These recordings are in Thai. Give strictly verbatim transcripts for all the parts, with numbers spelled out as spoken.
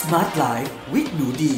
Smart Life with หนูดี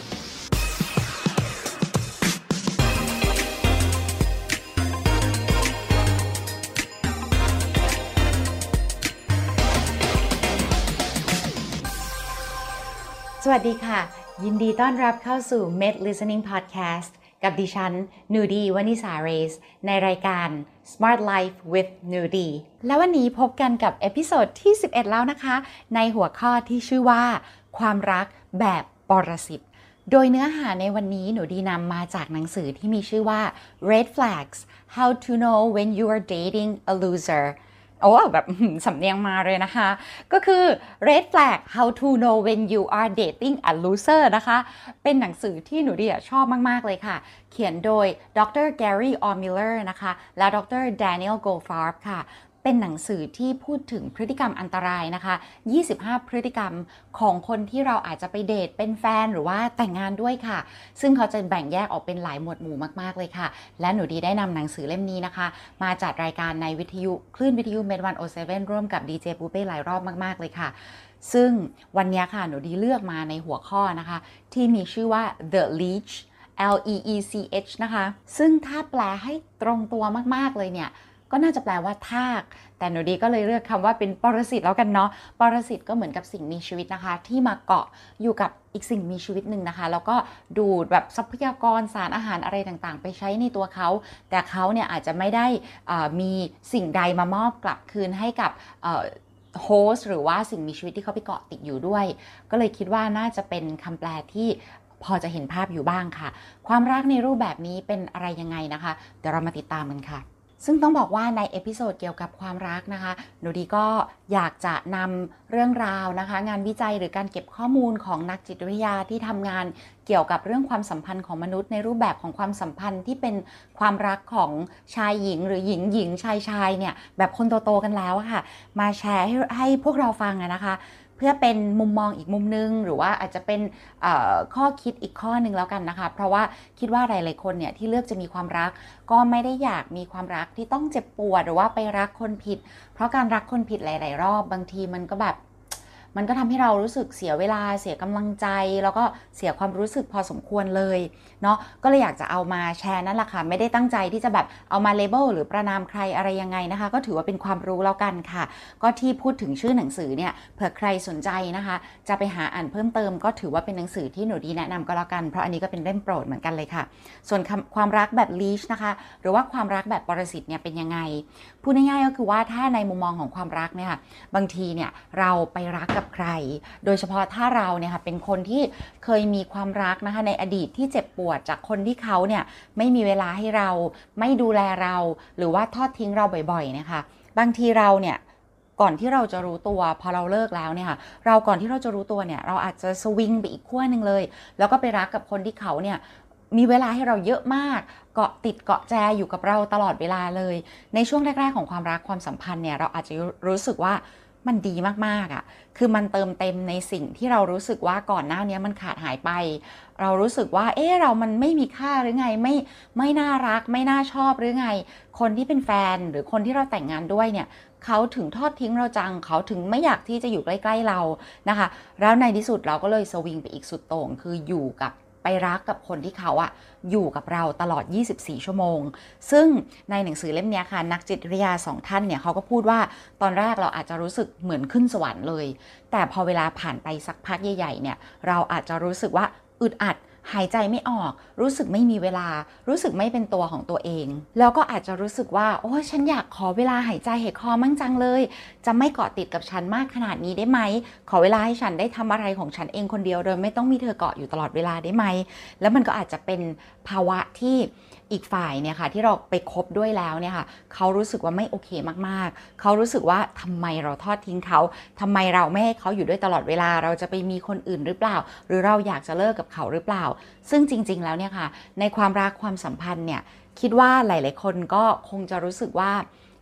สวัสดีค่ะยินดีต้อนรับเข้าสู่ Med Listening Podcast กับดิฉันหนูดีวนิสาเรซในรายการ Smart Life with หนูดีและวันนี้พบกันกับเอพิโซดที่สิบเอ็ดแล้วนะคะในหัวข้อที่ชื่อว่าความรักแบบปรสิตโดยเนื้อหาในวันนี้หนูดีนำมาจากหนังสือที่มีชื่อว่า Red Flags How to Know When You Are Dating a Loserโอ้แบบสำเนียงมาเลยนะคะก็คือ Red Flag How to Know When You Are Dating a Loser นะคะเป็นหนังสือที่หนูดีชอบมากๆเลยค่ะเขียนโดยดร Gary Ormiller นะคะและดร Daniel Goldfarb ค่ะเป็นหนังสือที่พูดถึงพฤติกรรมอันตรายนะคะยี่สิบห้าพฤติกรรมของคนที่เราอาจจะไปเดทเป็นแฟนหรือว่าแต่งงานด้วยค่ะซึ่งเขาจะแบ่งแยกออกเป็นหลายหมวดหมู่มากๆเลยค่ะและหนูดีได้นำหนังสือเล่มนี้นะคะมาจัดรายการในวิทยุคลื่นวิทยุ Med หนึ่งศูนย์เจ็ด ร่วมกับดีเจปูเป้หลายรอบมากๆเลยค่ะซึ่งวันนี้ค่ะหนูดีเลือกมาในหัวข้อนะคะที่มีชื่อว่า The Leech L E E C H นะคะซึ่งถ้าแปลให้ตรงตัวมากๆเลยเนี่ยก็น่าจะแปลว่าทากแต่หนูดีก็เลยเลือกคำว่าเป็นปรสิตแล้วกันเนาะปรสิตก็เหมือนกับสิ่งมีชีวิตนะคะที่มาเกาะอยู่กับอีกสิ่งมีชีวิตหนึ่งนะคะแล้วก็ดูดแบบทรัพยากรสารอาหารอะไรต่างๆไปใช้ในตัวเขาแต่เขาเนี่ยอาจจะไม่ได้มีสิ่งใดมามอบกลับคืนให้กับโฮสต์หรือว่าสิ่งมีชีวิตที่เขาไปเกาะติดอยู่ด้วยก็เลยคิดว่าน่าจะเป็นคำแปลที่พอจะเห็นภาพอยู่บ้างค่ะความรักในรูปแบบนี้เป็นอะไรยังไงนะคะเดี๋ยวเรามาติดตามกันค่ะซึ่งต้องบอกว่าในเอพิโซดเกี่ยวกับความรักนะคะหนูดีก็อยากจะนำเรื่องราวนะคะงานวิจัยหรือการเก็บข้อมูลของนักจิตวิทยาที่ทำงานเกี่ยวกับเรื่องความสัมพันธ์ของมนุษย์ในรูปแบบของความสัมพันธ์ที่เป็นความรักของชายหญิงหรือหญิงหญิงชายชายเนี่ยแบบคนโตๆกันแล้วค่ะมาแชร์ให้ให้พวกเราฟังนะคะเพื่อเป็นมุมมองอีกมุมนึงหรือว่าอาจจะเป็นข้อคิดอีกข้อนึงแล้วกันนะคะเพราะว่าคิดว่าหลายๆคนเนี่ยที่เลือกจะมีความรักก็ไม่ได้อยากมีความรักที่ต้องเจ็บปวดหรือว่าไปรักคนผิดเพราะการรักคนผิดหลายๆรอบบางทีมันก็แบบมันก็ทำให้เรารู้สึกเสียเวลาเสียกำลังใจแล้วก็เสียความรู้สึกพอสมควรเลยเนาะก็เลยอยากจะเอามาแชร์นั่นแหละค่ะไม่ได้ตั้งใจที่จะแบบเอามาเลเบลหรือประนามใครอะไรยังไงนะคะก็ถือว่าเป็นความรู้แล้วกันค่ะก็ที่พูดถึงชื่อหนังสือเนี่ยเผื่อใครสนใจนะคะจะไปหาอ่านเพิ่มเติมก็ถือว่าเป็นหนังสือที่หนูดีแนะนำก็แล้วกันเพราะอันนี้ก็เป็นเล่มโปรดเหมือนกันเลยค่ะส่วนความรักแบบลีชนะคะหรือว่าความรักแบบปรสิตเนี่ยเป็นยังไงพูดง่ายๆก็คือว่าถ้าในมุมมองของความรักเนี่ยค่ะบางทีเนี่ยเราไปรักกับใครโดยเฉพาะถ้าเราเนี่ยค่ะเป็นคนที่เคยมีความรักนะคะในอดีตที่เจ็บปวดจากคนที่เขาเนี่ยไม่มีเวลาให้เราไม่ดูแลเราหรือว่าทอดทิ้งเราบ่อยๆนะคะบางทีเราเนี่ยก่อนที่เราจะรู้ตัวพอเราเลิกแล้วเนี่ยค่ะเราก่อนที่เราจะรู้ตัวเนี่ยเราอาจจะสวิงไปอีกขั้วนึงเลยแล้วก็ไปรักกับคนที่เขาเนี่ยมีเวลาให้เราเยอะมากเกาะติดเกาะแจอยู่กับเราตลอดเวลาเลยในช่วงแรกๆของความรักความสัมพันธ์เนี่ยเราอาจจะรู้สึกว่ามันดีมากๆอ่ะคือมันเติมเต็มในสิ่งที่เรารู้สึกว่าก่อนหน้านี้มันขาดหายไปเรารู้สึกว่าเอ๊ะเรามันไม่มีค่าหรือไงไม่ไม่น่ารักไม่น่าชอบหรือไงคนที่เป็นแฟนหรือคนที่เราแต่งงานด้วยเนี่ยเขาถึงทอดทิ้งเราจังเขาถึงไม่อยากที่จะอยู่ใกล้ๆเรานะคะแล้วในที่สุดเราก็เลยสวิงไปอีกสุดโต่งคืออยู่กับไปรักกับคนที่เขาอะอยู่กับเราตลอดยี่สิบสี่ชั่วโมงซึ่งในหนังสือเล่มนี้ค่ะนักจิตวิทยาสองท่านเนี่ยเขาก็พูดว่าตอนแรกเราอาจจะรู้สึกเหมือนขึ้นสวรรค์เลยแต่พอเวลาผ่านไปสักพักใหญ่ๆเนี่ยเราอาจจะรู้สึกว่าอึดอัดหายใจไม่ออกรู้สึกไม่มีเวลารู้สึกไม่เป็นตัวของตัวเองแล้วก็อาจจะรู้สึกว่าโอ้ฉันอยากขอเวลาหายใจหายคอมั่งจังเลยจะไม่เกาะติดกับฉันมากขนาดนี้ได้ไหมขอเวลาให้ฉันได้ทำอะไรของฉันเองคนเดียวโดยไม่ต้องมีเธอเกาะอยู่ตลอดเวลาได้ไหมแล้วมันก็อาจจะเป็นภาวะที่อีกฝ่ายเนี่ยค่ะที่เราไปคบด้วยแล้วเนี่ยค่ะเขารู้สึกว่าไม่โอเคมากๆเขารู้สึกว่าทำไมเราทอดทิ้งเขาทำไมเราไม่ให้เขาอยู่ด้วยตลอดเวลาเราจะไปมีคนอื่นหรือเปล่าหรือเราอยากจะเลิกกับเขาหรือเปล่าซึ่งจริงๆแล้วเนี่ยค่ะในความรักความสัมพันธ์เนี่ยคิดว่าหลายๆคนก็คงจะรู้สึกว่า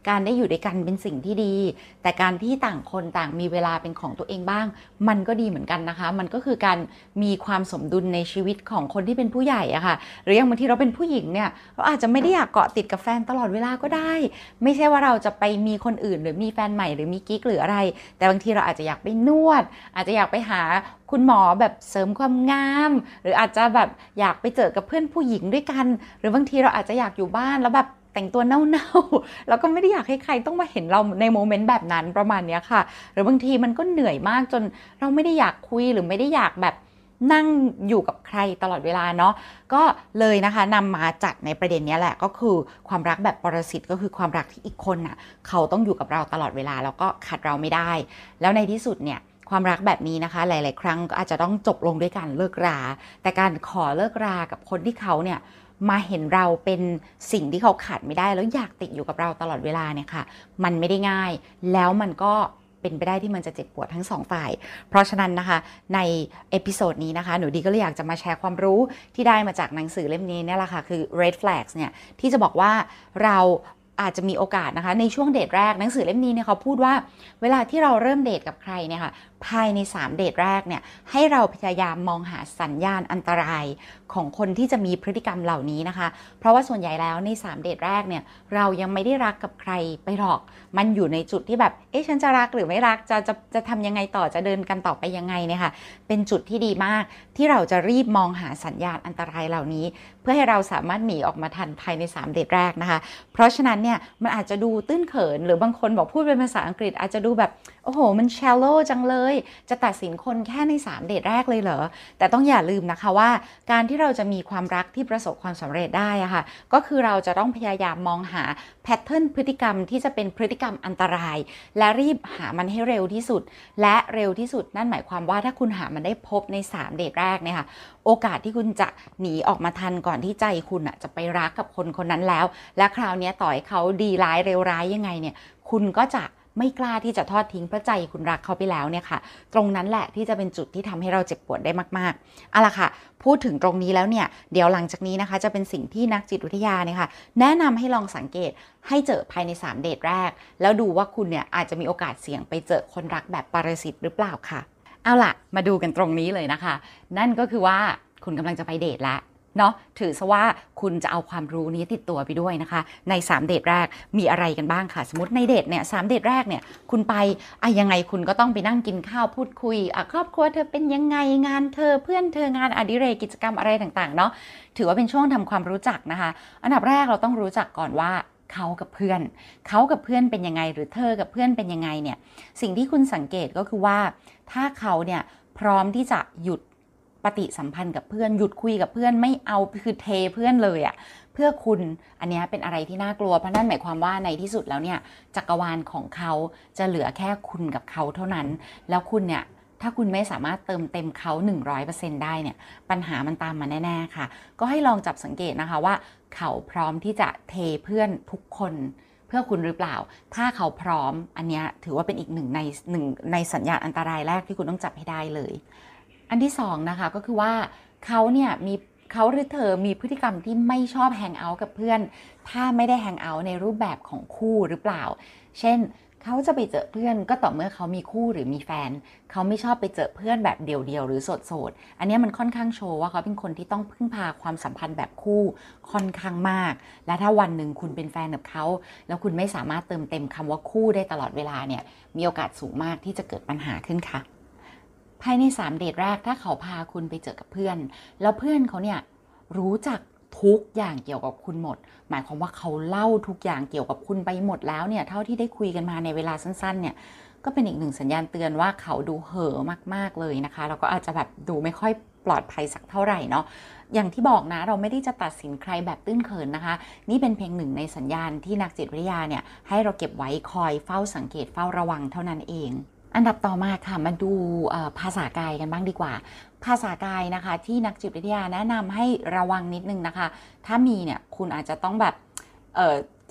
การได้อยู่ด้วยกันเป็นสิ่งที่ดีแต่การที่ต่างคนต่างมีเวลาเป็นของตัวเองบ้างมันก็ดีเหมือนกันนะคะมันก็คือการมีความสมดุลในชีวิตของคนที่เป็นผู้ใหญ่อะค่ะหรืออย่างบางทีเราเป็นผู้หญิงเนี่ยเราอาจจะไม่ได้อยากเกาะติดกับแฟนตลอดเวลาก็ได้ไม่ใช่ว่าเราจะไปมีคนอื่นหรือมีแฟนใหม่หรือมีกิ๊กหรืออะไรแต่บางทีเราอาจจะอยากไปนวดอาจจะอยากไปหาคุณหมอแบบเสริมความงามหรืออาจจะแบบอยากไปเจอกับเพื่อนผู้หญิงด้วยกันหรือบางทีเราอาจจะอยากอยู่บ้านแล้วแบบแต่งตัวเน่าๆแล้วก็ไม่ได้อยากให้ใครต้องมาเห็นเราในโมเมนต์แบบนั้นประมาณนี้ค่ะหรือบางทีมันก็เหนื่อยมากจนเราไม่ได้อยากคุยหรือไม่ได้อยากแบบนั่งอยู่กับใครตลอดเวลาเนาะก็เลยนะคะนำมาจัดในประเด็นนี้แหละก็คือความรักแบบปรสิตก็คือความรักที่อีกคนน่ะเขาต้องอยู่กับเราตลอดเวลาแล้วก็ขัดเราไม่ได้แล้วในที่สุดเนี่ยความรักแบบนี้นะคะหลายๆครั้งก็อาจจะต้องจบลงด้วยการเลิกราแต่การขอเลิกรากับคนที่เขาเนี่ยมาเห็นเราเป็นสิ่งที่เขาขาดไม่ได้แล้วอยากติดอยู่กับเราตลอดเวลาเนี่ยค่ะมันไม่ได้ง่ายแล้วมันก็เป็นไปได้ที่มันจะเจ็บปวดทั้งสองฝ่ายเพราะฉะนั้นนะคะในเอพิโซดนี้นะคะหนูดีก็เลยอยากจะมาแชร์ความรู้ที่ได้มาจากหนังสือเล่มนี้เนี่ยแหละค่ะคือ Red Flags เนี่ยที่จะบอกว่าเราอาจจะมีโอกาสนะคะในช่วงเดทแรกหนังสือเล่มนี้เนี่ยเขาพูดว่าเวลาที่เราเริ่มเดทกับใครเนี่ยค่ะภายในสามเดทแรกเนี่ยให้เราพยายามมองหาสัญญาณอันตรายของคนที่จะมีพฤติกรรมเหล่านี้นะคะเพราะว่าส่วนใหญ่แล้วในสามเดทแรกเนี่ยเรายังไม่ได้รักกับใครไปหรอกมันอยู่ในจุดที่แบบเอ๊ะฉันจะรักหรือไม่รักจะจะจะทำยังไงต่อจะเดินกันต่อไปยังไงเนี่ยค่ะเป็นจุดที่ดีมากที่เราจะรีบมองหาสัญญาณอันตรายเหล่านี้เพื่อให้เราสามารถหนีออกมาทันภายในสามเดทแรกนะคะเพราะฉะนั้นเนี่ยมันอาจจะดูตื้นเขินหรือบางคนบอกพูดเป็นภาษาอังกฤษอาจจะดูแบบโอ้โหมัน shallow จังเลยจะตัดสินคนแค่ในสามเดทแรกเลยเหรอแต่ต้องอย่าลืมนะคะว่าการที่เราจะมีความรักที่ประสบความสำเร็จได้อะค่ะก็คือเราจะต้องพยายามมองหาแพทเทิร์นพฤติกรรมที่จะเป็นพฤติกรรมอันตรายและรีบหามันให้เร็วที่สุดและเร็วที่สุดนั่นหมายความว่าถ้าคุณหามันได้พบในสามเดทแรกเนี่ยค่ะโอกาสที่คุณจะหนีออกมาทันก่อนที่ใจคุณอะจะไปรักกับคนคนนั้นแล้วและคราวนี้ต่อให้เขาดีร้ายเร็วร้ายยังไงเนี่ยคุณก็จะไม่กล้าที่จะทอดทิ้งเพราะใจคุณรักเขาไปแล้วเนี่ยค่ะตรงนั้นแหละที่จะเป็นจุดที่ทำให้เราเจ็บปวดได้มากๆเอาล่ะค่ะพูดถึงตรงนี้แล้วเนี่ยเดี๋ยวหลังจากนี้นะคะจะเป็นสิ่งที่นักจิตวิทยาเนี่ยค่ะแนะนำให้ลองสังเกตให้เจอภายในสามเดทแรกแล้วดูว่าคุณเนี่ยอาจจะมีโอกาสเสี่ยงไปเจอคนรักแบบปรสิตหรือเปล่าค่ะเอาล่ะมาดูกันตรงนี้เลยนะคะนั่นก็คือว่าคุณกำลังจะไปเดทแล้วเนาะถือซะว่าคุณจะเอาความรู้นี้ติดตัวไปด้วยนะคะในสามเดทแรกมีอะไรกันบ้างค่ะสมมติในเดทเนี่ยสามเดทแรกเนี่ยคุณไปอ่ะยังไงคุณก็ต้องไปนั่งกินข้าวพูดคุยอ่ะครอบครัวเธอเป็นยังไงงานเธอเพื่อนเธองานอดิเรกกิจกรรมอะไรต่างๆเนาะถือว่าเป็นช่วงทำความรู้จักนะคะอันดับแรกเราต้องรู้จักก่อนว่าเขากับเพื่อนเขากับเพื่อนเป็นยังไงหรือเธอกับเพื่อนเป็นยังไงเนี่ยสิ่งที่คุณสังเกตก็คือว่าถ้าเขาเนี่ยพร้อมที่จะหยุดปฏิสัมพันธ์กับเพื่อนหยุดคุยกับเพื่อนไม่เอาคือเทเพื่อนเลยอะเพื่อคุณอันนี้เป็นอะไรที่น่ากลัวเพราะนั่นหมายความว่าในที่สุดแล้วเนี่ยจักรวาลของเขาจะเหลือแค่คุณกับเขาเท่านั้นแล้วคุณเนี่ยถ้าคุณไม่สามารถเติมเต็มเขา หนึ่งร้อยเปอร์เซ็นต์ ได้เนี่ยปัญหามันตามมาแน่ๆค่ะก็ให้ลองจับสังเกตนะคะว่าเขาพร้อมที่จะเทเพื่อนทุกคนเพื่อคุณหรือเปล่าถ้าเขาพร้อมอันนี้ถือว่าเป็นอีกหนึ่งในหนึ่งในสัญญาณอันตรายแรกที่คุณต้องจับให้ได้เลยอันที่สองนะคะก็คือว่าเขาเนี่ยมีเขาหรือเธอมีพฤติกรรมที่ไม่ชอบแฮงเอาท์กับเพื่อนถ้าไม่ได้แฮงเอาท์ในรูปแบบของคู่หรือเปล่าเช่นเขาจะไปเจอเพื่อนก็ต่อเมื่อเขามีคู่หรือมีแฟนเขาไม่ชอบไปเจอเพื่อนแบบเดี่ยวๆหรือโสดๆอันนี้มันค่อนข้างโชว์ว่าเขาเป็นคนที่ต้องพึ่งพาความสัมพันธ์แบบคู่ค่อนข้างมากและถ้าวันหนึ่งคุณเป็นแฟนกับเขาแล้วคุณไม่สามารถเติมเต็มคำว่าคู่ได้ตลอดเวลาเนี่ยมีโอกาสสูงมากที่จะเกิดปัญหาขึ้นค่ะภายในสามเดทแรกถ้าเขาพาคุณไปเจอกับเพื่อนแล้วเพื่อนเขาเนี่ยรู้จักทุกอย่างเกี่ยวกับคุณหมดหมายความว่าเขาเล่าทุกอย่างเกี่ยวกับคุณไปหมดแล้วเนี่ยเท่าที่ได้คุยกันมาในเวลาสั้นๆเนี่ยก็เป็นอีกหนึ่งสัญญาณเตือนว่าเขาดูเห่อมากๆเลยนะคะแล้วก็อาจจะแบบดูไม่ค่อยปลอดภัยสักเท่าไหร่เนาะอย่างที่บอกนะเราไม่ได้จะตัดสินใครแบบตื้นเขินนะคะนี่เป็นเพียงหนึ่งในสัญญาณที่นักจิตวิทยาเนี่ยให้เราเก็บไว้คอยเฝ้าสังเกตเฝ้าระวังเท่านั้นเองอันดับต่อมาค่ะมาดูภาษากายกันบ้างดีกว่าภาษากายนะคะที่นักจิตวิทยาแนะนำให้ระวังนิดนึงนะคะถ้ามีเนี่ยคุณอาจจะต้องแบบ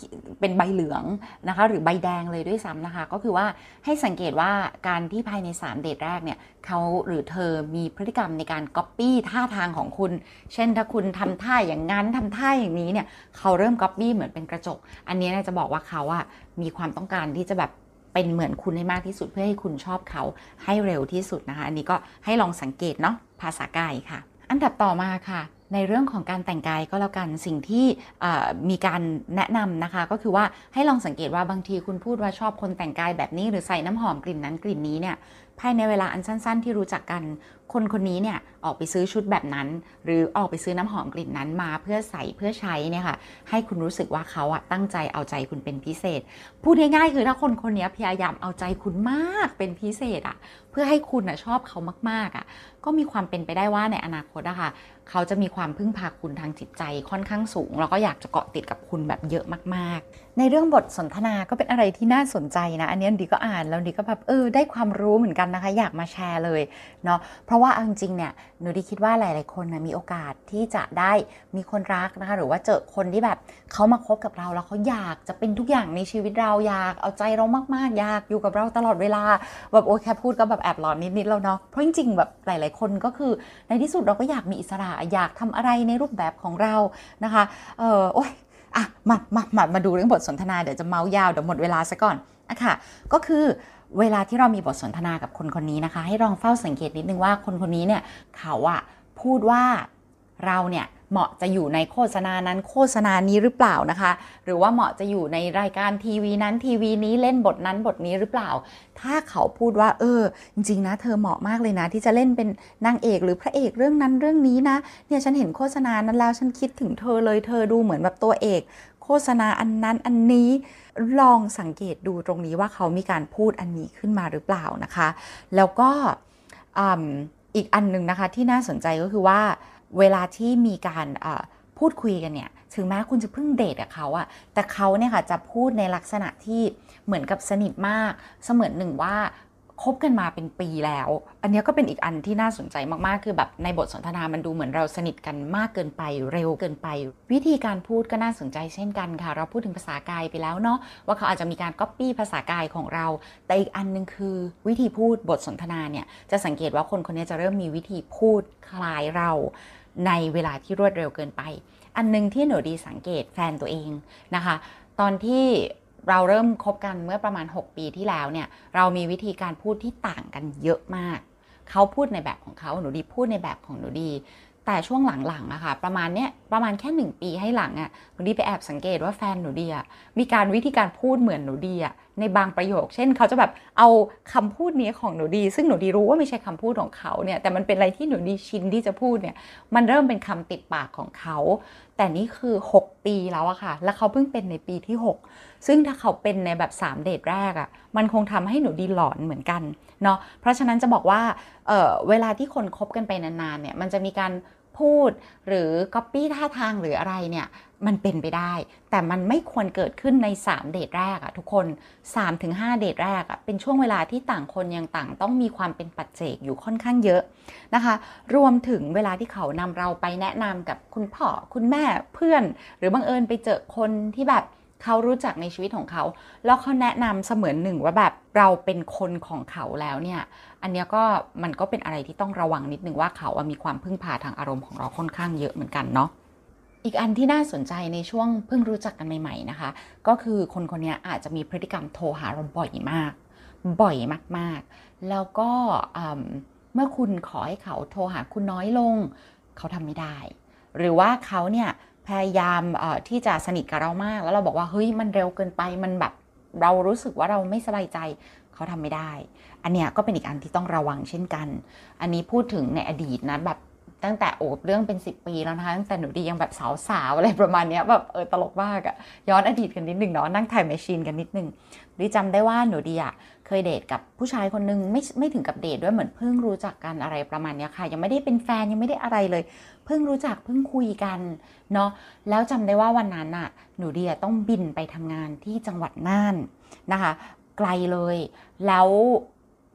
เป็นใบเหลืองนะคะหรือใบแดงเลยด้วยซ้ำนะคะก็คือว่าให้สังเกตว่าการที่ภายในสามเดทแรกเนี่ยเขาหรือเธอมีพฤติกรรมในการก๊อปปี้ท่าทางของคุณเช่นถ้าคุณทำท่าอย่างนั้นทำท่าอย่างนี้เนี่ยเขาเริ่มก๊อปปี้เหมือนเป็นกระจกอันนี้จะบอกว่าเขาอะมีความต้องการที่จะแบบเป็นเหมือนคุณให้มากที่สุดเพื่อให้คุณชอบเขาให้เร็วที่สุดนะคะอันนี้ก็ให้ลองสังเกตเนาะภาษากายค่ะอันดับต่อมาค่ะในเรื่องของการแต่งกายก็แล้วกันสิ่งที่มีการแนะนำนะคะก็คือว่าให้ลองสังเกตว่าบางทีคุณพูดว่าชอบคนแต่งกายแบบนี้หรือใส่น้ำหอมกลิ่นนั้นกลิ่นนี้เนี่ยภายในเวลาอันสั้นๆที่รู้จักกันคนคนนี้เนี่ยออกไปซื้อชุดแบบนั้นหรือออกไปซื้อน้ำหอมกลิ่นนั้นมาเพื่อใส่เพื่อใช้เนี่ยค่ะให้คุณรู้สึกว่าเขาอะตั้งใจเอาใจคุณเป็นพิเศษพูดง่ายๆคือถ้าคนคนนี้พยายามเอาใจคุณมากเป็นพิเศษอะเพื่อให้คุณอะชอบเขามากๆอะก็มีความเป็นไปได้ว่าในอนาคตอะค่ะเขาจะมีความพึ่งพาคุณทางจิตใจค่อนข้างสูงแล้วก็อยากจะเกาะติดกับคุณแบบเยอะมากๆในเรื่องบทสนทนาก็เป็นอะไรที่น่าสนใจนะอันนี้ดีก็อ่านแล้วดีก็แบบเออได้ความรู้เหมือนกันนะคะอยากมาแชร์เลยเนาะเพราะว่าจริงๆเนี่ยหนูดีคิดว่าหลายๆคนนะมีโอกาสที่จะได้มีคนรักนะคะหรือว่าเจอคนที่แบบเขามาคบกับเราแล้วเขาอยากจะเป็นทุกอย่างในชีวิตเราอยากเอาใจเรามากๆอยากอยู่กับเราตลอดเวลาแบบโอ้แค่พูดก็แบบแอบหลอนนิดๆแล้วเนาะเพราะจริงๆแบบหลายๆคนก็คือในที่สุดเราก็อยากมีอิสระอยากทำอะไรในรูปแบบของเรานะคะเออโอ๊ยอ่ะมามามามาดูเรื่องบทสนทนาเดี๋ยวจะเมาส์ยาวเดี๋ยวหมดเวลาซะก่อนอะค่ะก็คือเวลาที่เรามีบทสนทนากับคนคนนี้นะคะให้ลองเฝ้าสังเกตนิดนึงว่าคนคนนี้เนี่ยเขาอะพูดว่าเราเนี่ยเหมาะจะอยู่ในโฆษณานั้นโฆษณานี้หรือเปล่านะคะหรือว่าเหมาะจะอยู่ในรายการทีวีนั้นทีวีนี้เล่นบทนั้นบทนี้หรือเปล่าถ้าเขาพูดว่าเออจริงๆนะเธอเหมาะมากเลยนะที่จะเล่นเป็นนางเอกหรือพระเอกเรื่องนั้นเรื่องนี้นะเนี่ยฉันเห็นโฆษณานั้นแล้วฉันคิดถึงเธอเลยเธอดูเหมือนแบบตัวเอกโฆษณาอันนั้นอันนี้ลองสังเกตดูตรงนี้ว่าเขามีการพูดอันนี้ขึ้นมาหรือเปล่านะคะแล้วก็อีกอันนึงนะคะที่น่าสนใจก็คือว่าเวลาที่มีการพูดคุยกันเนี่ยถึงแม้คุณจะเพิ่งเดทกับเขาอะแต่เขาเนี่ยค่ะจะพูดในลักษณะที่เหมือนกับสนิทมากเสมือนหนึ่งว่าคบกันมาเป็นปีแล้วอันนี้ก็เป็นอีกอันที่น่าสนใจมากๆคือแบบในบทสนทนามันดูเหมือนเราสนิทกันมากเกินไปเร็วเกินไปวิธีการพูดก็น่าสนใจเช่นกันค่ะเราพูดถึงภาษากายไปแล้วเนาะว่าเขาอาจจะมีการก๊อปปี้ภาษากายของเราแต่อีกอันนึงคือวิธีพูดบทสนทนาเนี่ยจะสังเกตว่าคนคนนี้จะเริ่มมีวิธีพูดคล้ายเราในเวลาที่รวดเร็วเกินไปอันนึงที่หนูดีสังเกตแฟนตัวเองนะคะตอนที่เราเริ่มคบกันเมื่อประมาณหกปีที่แล้วเนี่ยเรามีวิธีการพูดที่ต่างกันเยอะมากเขาพูดในแบบของเขาหนูดีพูดในแบบของหนูดีแต่ช่วงหลังๆอะค่ะประมาณเนี้ยประมาณแค่หนึ่งปีให้หลังอะหนูดีไปแอบสังเกตว่าแฟนหนูดีอะมีการวิธีการพูดเหมือนหนูดีอะในบางประโยคเช่นเขาจะแบบเอาคำพูดนี้ของหนูดีซึ่งหนูดีรู้ว่าไม่ใช่คำพูดของเขาเนี่ยแต่มันเป็นอะไรที่หนูดีชินที่จะพูดเนี่ยมันเริ่มเป็นคำติดปากของเขาแต่นี่คือหกปีแล้วอะค่ะแล้วเขาเพิ่งเป็นในปีที่หกซึ่งถ้าเขาเป็นในแบบสามเดทแรกอะมันคงทำให้หนูดีหลอนเหมือนกันเนาะเพราะฉะนั้นจะบอกว่า เอ่อ เวลาที่คนคบกันไปนานๆเนี่ยมันจะมีการพูดหรือก๊อปปี้ท่าทางหรืออะไรเนี่ยมันเป็นไปได้แต่มันไม่ควรเกิดขึ้นในสามเดทแรกอะทุกคน สามถึงห้า เดทแรกอะเป็นช่วงเวลาที่ต่างคนยังต่างต้องมีความเป็นปัจเจกอยู่ค่อนข้างเยอะนะคะรวมถึงเวลาที่เขานำเราไปแนะนำกับคุณพ่อคุณแม่เพื่อนหรือบังเอิญไปเจอคนที่แบบเขารู้จักในชีวิตของเขาแล้วเขาแนะนำเสมือนหนึ่งว่าแบบเราเป็นคนของเขาแล้วเนี่ยอันนี้ก็มันก็เป็นอะไรที่ต้องระวังนิดนึงว่าเขามีความพึ่งพาทางอารมณ์ของเราค่อนข้างเยอะเหมือนกันเนาะอีกอันที่น่าสนใจในช่วงเพิ่งรู้จักกันใหม่ๆนะคะก็คือคนคนนี้อาจจะมีพฤติกรรมโทรหาเราบ่อยมากบ่อยมากๆแล้วก็เมื่อคุณขอให้เขาโทรหาคุณน้อยลงเขาทำไม่ได้หรือว่าเขาเนี่ยพยายามที่จะสนิทกับเรามากแล้วเราบอกว่าเฮ้ยมันเร็วเกินไปมันแบบเรารู้สึกว่าเราไม่สบายใจเขาทำไม่ได้อันเนี้ยก็เป็นอีกอันที่ต้องระวังเช่นกันอันนี้พูดถึงในอดีตนะแบบตั้งแต่โอบเรื่องเป็นสิบปีแล้วนะคะตั้งแต่หนูดียังแบบสาวๆอะไรประมาณนี้แบบเออตลกมากอะย้อนอดีตกันนิดนึงเนาะนั่งถ่ายแมชชีนกันนิดนึงดีจำได้ว่าหนูดีอะเคยเดทกับผู้ชายคนนึงไม่ไม่ถึงกับเดทด้วยเหมือนเพิ่งรู้จักกันอะไรประมาณนี้ค่ะยังไม่ได้เป็นแฟนยังไม่ได้อะไรเลยเพิ่งรู้จักเพิ่งคุยกันเนาะแล้วจำได้ว่าวันนั้นอะหนูดีต้องบินไปทำงานที่จังหวัดน่านนะคะไกลเลยแล้ว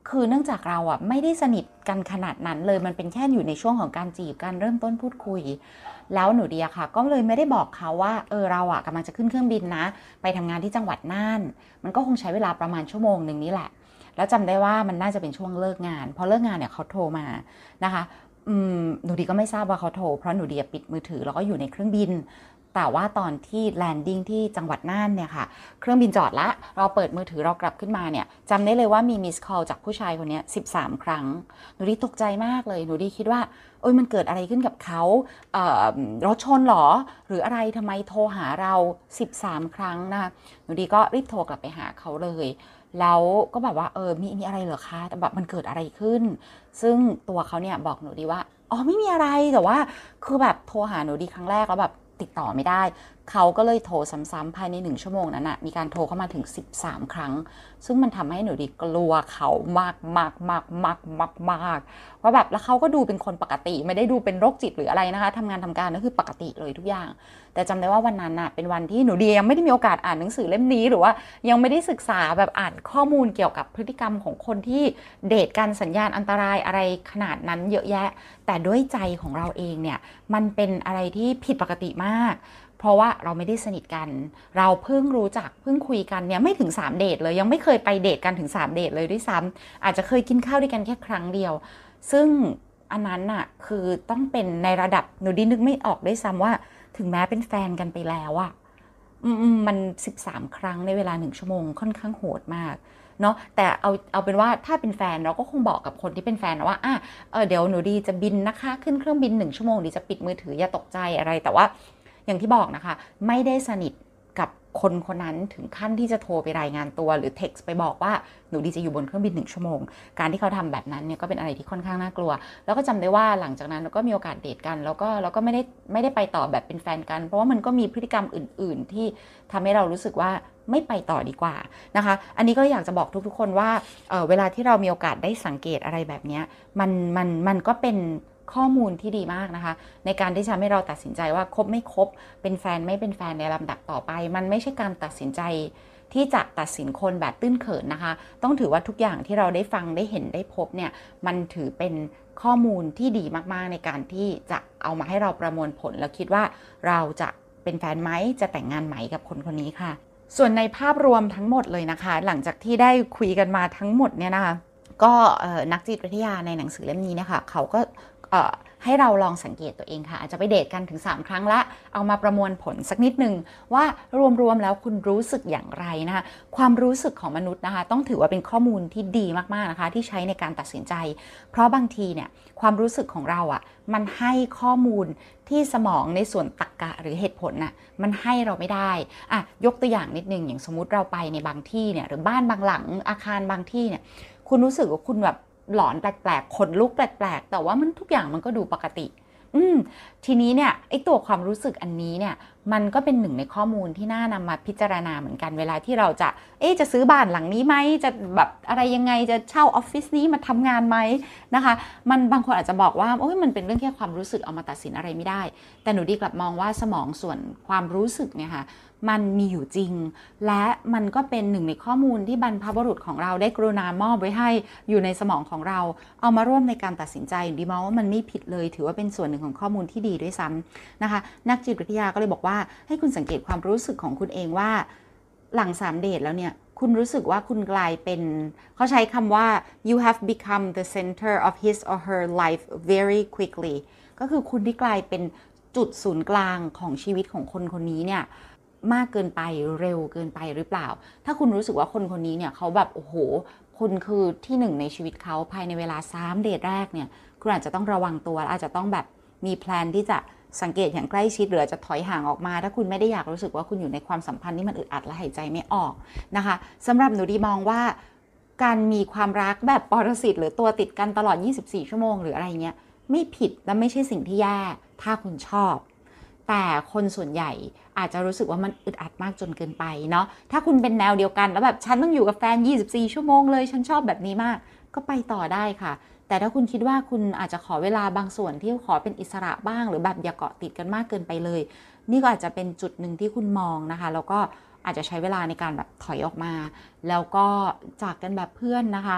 คือเนื่องจากเราอ่ะไม่ได้สนิทกันขนาดนั้นเลยมันเป็นแค่อยู่ในช่วงของการจีบการเริ่มต้นพูดคุยแล้วหนูดีอะค่ะก็เลยไม่ได้บอกเขาว่าเออเราอะกำลังจะขึ้นเครื่องบินนะไปทำงานที่จังหวัดน่านมันก็คงใช้เวลาประมาณชั่วโมงนึงนี่แหละแล้วจำได้ว่ามันน่าจะเป็นช่วงเลิกงานพอเลิกงานเนี่ยเขาโทรมานะคะหนูดีก็ไม่ทราบว่าเขาโทรเพราะหนูดีปิดมือถือแล้วก็อยู่ในเครื่องบินแต่ว่าตอนที่แลนดิ้งที่จังหวัดน่านเนี่ยค่ะเครื่องบินจอดละเราเปิดมือถือเรากลับขึ้นมาเนี่ยจำได้เลยว่ามีมิสคอลจากผู้ชายคนนี้สิบสามครั้งหนูดีตกใจมากเลยหนูดีคิดว่าเอ้ยมันเกิดอะไรขึ้นกับเขาเอ่อรถชนหรอหรืออะไรทำไมโทรหาเราสิบสามครั้งนะคะหนูดีก็รีบโทรกลับไปหาเขาเลยแล้วก็แบบว่าเออมีมีอะไรเหรอคะแต่แบบมันเกิดอะไรขึ้นซึ่งตัวเขาเนี่ยบอกหนูดีว่าอ๋อไม่มีอะไรแต่ว่าคือแบบโทรหาหนูดีครั้งแรกแล้วแบบติดต่อไม่ได้เขาก็เลยโทรซ้ำๆภายในหนึ่งชั่วโมงนั้นนะมีการโทรเข้ามาถึงสิบสามครั้งซึ่งมันทำให้หนูดีกลัวเขามากมากมากมากมากมากว่าแบบแล้วเขาก็ดูเป็นคนปกติไม่ได้ดูเป็นโรคจิตหรืออะไรนะคะทำงานทำการก็คือปกติเลยทุกอย่างแต่จำได้ว่าวันนั้นน่ะเป็นวันที่หนูดียังไม่ได้มีโอกาสอ่านหนังสือเล่มนี้หรือว่ายังไม่ได้ศึกษาแบบอ่านข้อมูลเกี่ยวกับพฤติกรรมของคนที่เดทกันสัญญาณอันตรายอะไรขนาดนั้นเยอะแยะแต่ด้วยใจของเราเองเนี่ยมันเป็นอะไรที่ผิดปกติมากเพราะว่าเราไม่ได้สนิทกันเราเพิ่งรู้จักเพิ่งคุยกันเนี่ยไม่ถึงสามเดทเลยยังไม่เคยไปเดทกันถึงสามเดทเลยด้วยซ้ำอาจจะเคยกินข้าวด้วยกันแค่ครั้งเดียวซึ่งอันนั้นน่ะคือต้องเป็นในระดับหนูดินึกไม่ออกด้วยซ้ำว่าถึงแม้เป็นแฟนกันไปแล้วอะมันสิบสามครั้งในเวลาหนึ่งชั่วโมงค่อนข้างโหดมากเนาะแต่เอาเอาเป็นว่าถ้าเป็นแฟนเราก็คงบอกกับคนที่เป็นแฟนว่าอ่ะเออเดี๋ยวหนูดีจะบินนะคะขึ้นเครื่องบินหนึ่งชั่วโมงดีจะปิดมือถืออย่าตกใจอะไรแต่ว่าอย่างที่บอกนะคะไม่ได้สนิทกับคนคนนั้นถึงขั้นที่จะโทรไปรายงานตัวหรือเท็กซ์ไปบอกว่าหนูดีจะอยู่บนเครื่องบินหนึ่งชั่วโมงการที่เขาทำแบบนั้นเนี่ยก็เป็นอะไรที่ค่อนข้างน่ากลัวแล้วก็จำได้ว่าหลังจากนั้นเราก็มีโอกาสเดทกันแล้วก็เราก็ไม่ได้ไม่ได้ไปต่อแบบเป็นแฟนกันเพราะว่ามันก็มีพฤติกรรมอื่นๆที่ทำให้เรารู้สึกว่าไม่ไปต่อดีกว่านะคะอันนี้ก็อยากจะบอกทุกๆคนว่า เอ่อ เวลาที่เรามีโอกาสได้สังเกตอะไรแบบนี้มันมันมันก็เป็นข้อมูลที่ดีมากนะคะในการที่จะให้เราตัดสินใจว่าคบไม่คบเป็นแฟนไม่เป็นแฟนในลำดับต่อไปมันไม่ใช่การตัดสินใจที่จะตัดสินคนแบบตื้นเขินนะคะต้องถือว่าทุกอย่างที่เราได้ฟังได้เห็นได้พบเนี่ยมันถือเป็นข้อมูลที่ดีมากๆในการที่จะเอามาให้เราประมวลผลแล้วคิดว่าเราจะเป็นแฟนไหมจะแต่งงานไหมกับคนคนนี้ค่ะส่วนในภาพรวมทั้งหมดเลยนะคะหลังจากที่ได้คุยกันมาทั้งหมดเนี่ยนะคะก็นักจิตวิทยาในหนังสือเล่มนี้นะคะเขาก็ให้เราลองสังเกตตัวเองค่ะอาจจะไปเดทกันถึงสามครั้งละเอามาประมวลผลสักนิดนึงว่ารวมๆแล้วคุณรู้สึกอย่างไรนะคะความรู้สึกของมนุษย์นะคะต้องถือว่าเป็นข้อมูลที่ดีมากๆนะคะที่ใช้ในการตัดสินใจเพราะบางทีเนี่ยความรู้สึกของเราอ่ะมันให้ข้อมูลที่สมองในส่วนตรรกะหรือเหตุผลน่ะมันให้เราไม่ได้อ่ะยกตัวอย่างนิดนึงอย่างสมมุติเราไปในบางที่เนี่ยหรือบ้านบางหลังอาคารบางที่เนี่ยคุณรู้สึกว่าคุณแบบหลอนแปลกๆขนลุกแปลกๆแต่ว่ามันทุกอย่างมันก็ดูปกติอืมทีนี้เนี่ยไอ้ตัวความรู้สึกอันนี้เนี่ยมันก็เป็นหนึ่งในข้อมูลที่น่านำมาพิจารณาเหมือนกันเวลาที่เราจะเอ๊ะจะซื้อบ้านหลังนี้ไหมจะแบบอะไรยังไงจะเช่าออฟฟิศนี้มาทำงานไหมนะคะมันบางคนอาจจะบอกว่าโอ้ยมันเป็นเรื่องแค่ความรู้สึกเอามาตัดสินอะไรไม่ได้แต่หนูดีกลับมองว่าสมองส่วนความรู้สึกเนี่ยค่ะมันมีอยู่จริงและมันก็เป็นหนึ่งในข้อมูลที่บรรพบุรุษของเราได้กรุณามอบไว้ให้อยู่ในสมองของเราเอามาร่วมในการตัดสินใจดีมองว่ามันไม่ผิดเลยถือว่าเป็นส่วนหนึ่งของข้อมูลที่ดีด้วยซ้ำนะคะนักจิตวิทยาก็เลยบอกว่าให้คุณสังเกตความรู้สึกของคุณเองว่าหลังสามเดทแล้วเนี่ยคุณรู้สึกว่าคุณกลายเป็นเขาใช้คำว่า you have become the center of his or her life very quickly ก็คือคุณที่กลายเป็นจุดศูนย์กลางของชีวิตของคนคนนี้เนี่ยมากเกินไปเร็วเกินไปหรือเปล่าถ้าคุณรู้สึกว่าคนคนนี้เนี่ยเขาแบบโอ้โหคุณคือที่หนึ่งในชีวิตเขาภายในเวลาสามเดทแรกเนี่ยคุณอาจจะต้องระวังตัวอาจจะต้องแบบมีแพลนที่จะสังเกตอย่างใกล้ชิดหรือจะถอยห่างออกมาถ้าคุณไม่ได้อยากรู้สึกว่าคุณอยู่ในความสัมพันธ์ที่มันอึดอัดและหายใจไม่ออกนะคะสำหรับหนูดีมองว่าการมีความรักแบบปรสิตหรือตัวติดกันตลอดยี่สิบสี่ชั่วโมงหรืออะไรเงี้ยไม่ผิดและไม่ใช่สิ่งที่แย่ถ้าคุณชอบแต่คนส่วนใหญ่อาจจะรู้สึกว่ามันอึดอัดมากจนเกินไปเนาะถ้าคุณเป็นแนวเดียวกันแล้วแบบฉันต้องอยู่กับแฟนยี่สิบสี่ชั่วโมงเลยฉันชอบแบบนี้มากก็ไปต่อได้ค่ะแต่ถ้าคุณคิดว่าคุณอาจจะขอเวลาบางส่วนที่ขอเป็นอิสระบ้างหรือแบบอย่าเกาะติดกันมากเกินไปเลยนี่ก็อาจจะเป็นจุดหนึ่งที่คุณมองนะคะแล้วก็อาจจะใช้เวลาในการแบบถอยออกมาแล้วก็จากกันแบบเพื่อนนะคะเพ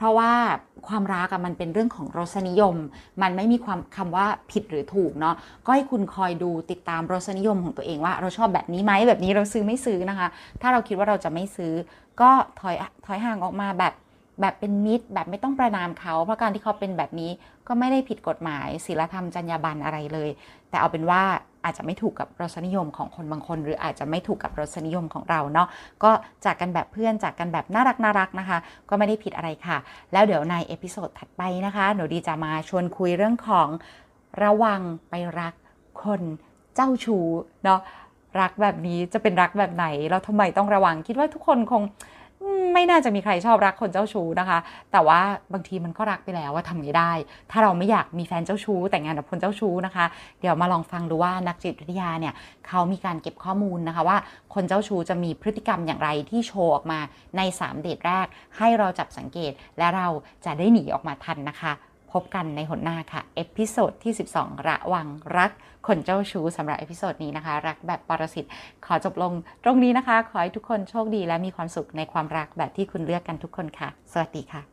เพราะว่าความรักมันเป็นเรื่องของรสนิยมมันไม่มีความคำว่าผิดหรือถูกเนาะก็ให้คุณคอยดูติดตามรสนิยมของตัวเองว่าเราชอบแบบนี้ไหมแบบนี้เราซื้อไม่ซื้อนะคะถ้าเราคิดว่าเราจะไม่ซื้อก็ถอยถอยห่างออกมาแบบแบบเป็นมิตรแบบไม่ต้องประณามเขาเพราะการที่เขาเป็นแบบนี้ก็ไม่ได้ผิดกฎหมายศีลธรรมจรรยาบรรณอะไรเลยแต่เอาเป็นว่าอาจจะไม่ถูกกับรสนิยมของคนบางคนหรืออาจจะไม่ถูกกับรสนิยมของเราเนาะก็จากกันแบบเพื่อนจากกันแบบน่ารักน่ารักนะคะก็ไม่ได้ผิดอะไรค่ะแล้วเดี๋ยวในเอพิโซดถัดไปนะคะหนูดีจะมาชวนคุยเรื่องของระวังไปรักคนเจ้าชู้เนาะรักแบบนี้จะเป็นรักแบบไหนแล้วทำไมต้องระวังคิดว่าทุกคนคงไม่น่าจะมีใครชอบรักคนเจ้าชู้นะคะแต่ว่าบางทีมันก็รักไปแล้วว่าทำไม่ได้ถ้าเราไม่อยากมีแฟนเจ้าชู้แต่งงานกับคนเจ้าชู้นะคะเดี๋ยวมาลองฟังดูว่านักจิตวิทยาเนี่ยเขามีการเก็บข้อมูลนะคะว่าคนเจ้าชู้จะมีพฤติกรรมอย่างไรที่โชว์ออกมาในสามเดทแรกให้เราจับสังเกตและเราจะได้หนีออกมาทันนะคะพบกันในหนหน้าค่ะเอพิโซดที่สิบสองระวังรักคนเจ้าชู้สำหรับเอพิโซดนี้นะคะรักแบบปรสิตขอจบลงตรงนี้นะคะขอให้ทุกคนโชคดีและมีความสุขในความรักแบบที่คุณเลือกกันทุกคนค่ะสวัสดีค่ะ